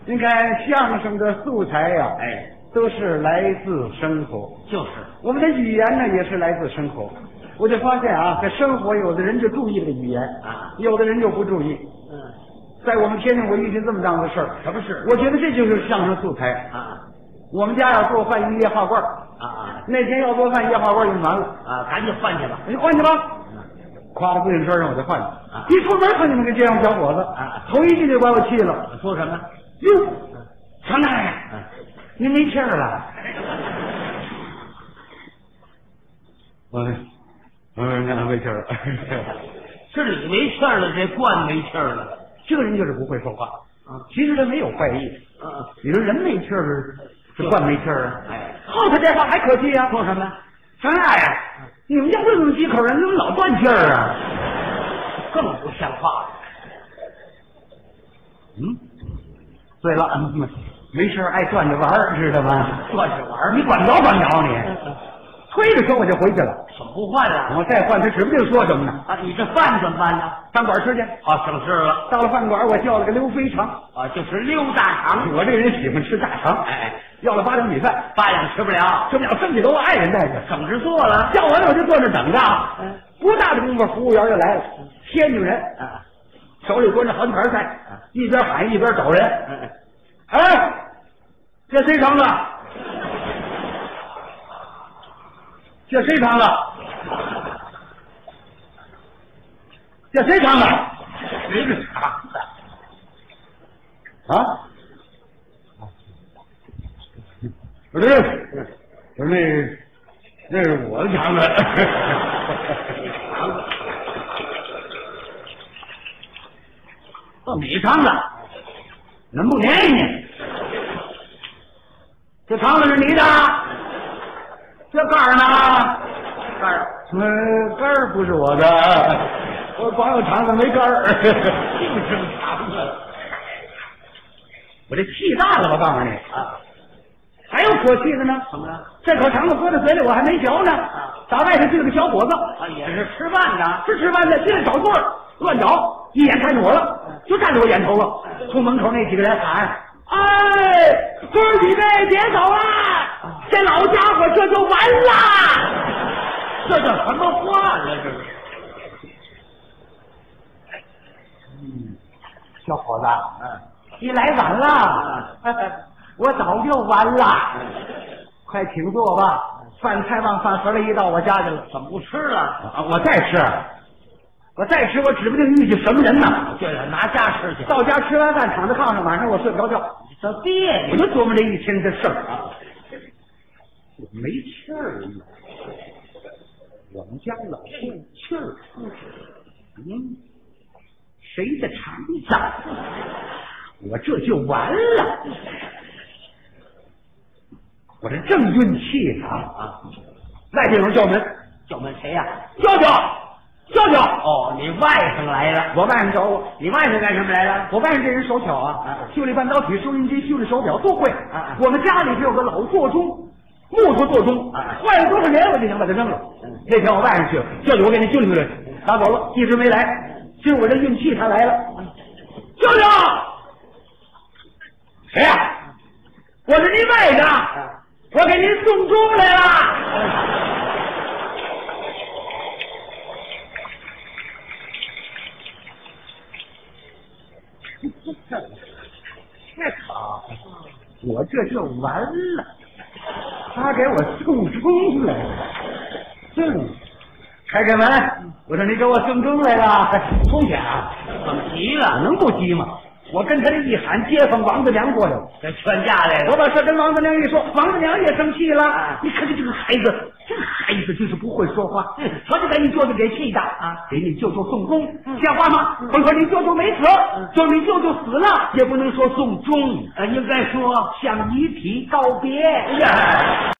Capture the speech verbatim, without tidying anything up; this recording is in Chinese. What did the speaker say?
您看相声的素材呀、啊， 哎， 都是来自生活， 就是我们的语言呢，也是来自生活。我就发现啊，在生活，有的人就注意这个语言啊， 有的人就不注意。 嗯， 在我们天津，我遇见这么档子事儿， 什么事？ 我觉得这就是相声素材啊。 我们家要做饭一夜画罐啊啊， 那天要做饭一夜画罐用完了啊，赶紧换去吧， 你换去吧。挎着自行车让我就换去。 啊， 一出门看见那个街上小伙子， 啊， 头一句就把我气了。 说什么？ 哟，常大爷，您没气儿了？我，我俺没气儿了。 是你没气儿了，这罐没气儿了。 这个人就是不会说话。啊，其实他没有坏意。 嗯、啊， 你说人没气儿，这罐没气儿啊？ 哎， 后头这话还可气啊！ 说什么？ 常大爷，你们家就这么几口人，怎么老断气儿啊？ 更不像话了。 嗯，对了，没事爱转着玩儿，知道吗？ 转着玩儿， 你管着管着你？推着车我就回去了。 怎么不换了？ 我再换，他指不定说什么呢。 啊，你这饭怎么办呢？ 饭馆吃去。 啊，省事了。 到了饭馆，我叫了个溜肥肠。 啊，就是溜大肠。 我这个人喜欢吃大肠。 哎， 要了八两米饭， 八两吃不了， 吃不了，剩下都我爱人带去， 省着做了。 叫完了我就坐那等着。 嗯， 不大的功夫，服务员就来了，天津人， 啊， 手里端着好几盘菜，一边喊一边找人。 嗯， 哎，这谁尝的？这谁尝的？这谁尝的？ 谁是尝的？ 啊？不是，不是那那是我尝的。 哦，你尝的， 能不粘你？这肠子是你的，这盖儿呢？ 盖儿， 呃，盖儿不是我的，我光有肠子没盖儿。 净生肠子， 我这气大了，我告诉你啊！ 还有可气的呢？ 怎么了？ 这口肠子搁在嘴里，我还没嚼呢。 啊， 打外头进了个小伙子， 啊，也是吃饭的， 是吃饭的，进来找座儿，乱找，一眼看见我了，就站在我眼头了。冲门口那几个人喊：“哎，哥儿几位别走啊！这老家伙这就完了。” 这叫什么话呢？这是。 嗯，小伙子，嗯，你来晚了，我早就完了。快请坐吧，饭菜往饭盒里一倒，我家去了。 怎么不吃了？ 啊，我再吃，我再吃，我指不定遇见什么人呢。 对了，拿家吃去。 到家吃完饭，躺在炕上，晚上我睡不着觉， 这别我就琢磨这一天的事儿啊。我没气儿呢，我们家老受气儿。嗯，谁的肠子？我这就完了。我这正运气呢啊！外边有人叫门， 叫门谁呀？ 舅舅，舅舅！ 哦，你外甥来了。 我外甥找我， 你外甥干什么来了？ 我外甥这人手巧啊，修理半导体、收音机、修理手表都会。 啊， 我们家里就有个老座钟，木头座钟，坏了多少年我就想把它扔了。那天我外甥去了，舅舅我给你修理修理，打走了，一直没来。今儿我这运气他来了，舅舅，谁呀？我是您外甥，我给您送钟来了。太好，我这就完了。他给我送钟来了，嗯，开开门，我说你给我送钟来了，出去啊！ 怎么急了？ 能不急吗？我跟他这一喊，街坊王子娘过来了， 这劝架来了。 我把事跟王子娘一说，王子娘也生气了。啊、你看这这个孩子，这个孩子就是不会说话。嗯，我就给你舅舅给气的啊，给你舅舅送终，嗯、像话吗？我说你舅舅没死，嗯、就你舅舅死了，也不能说送终，呃，应该说向遗体告别。呀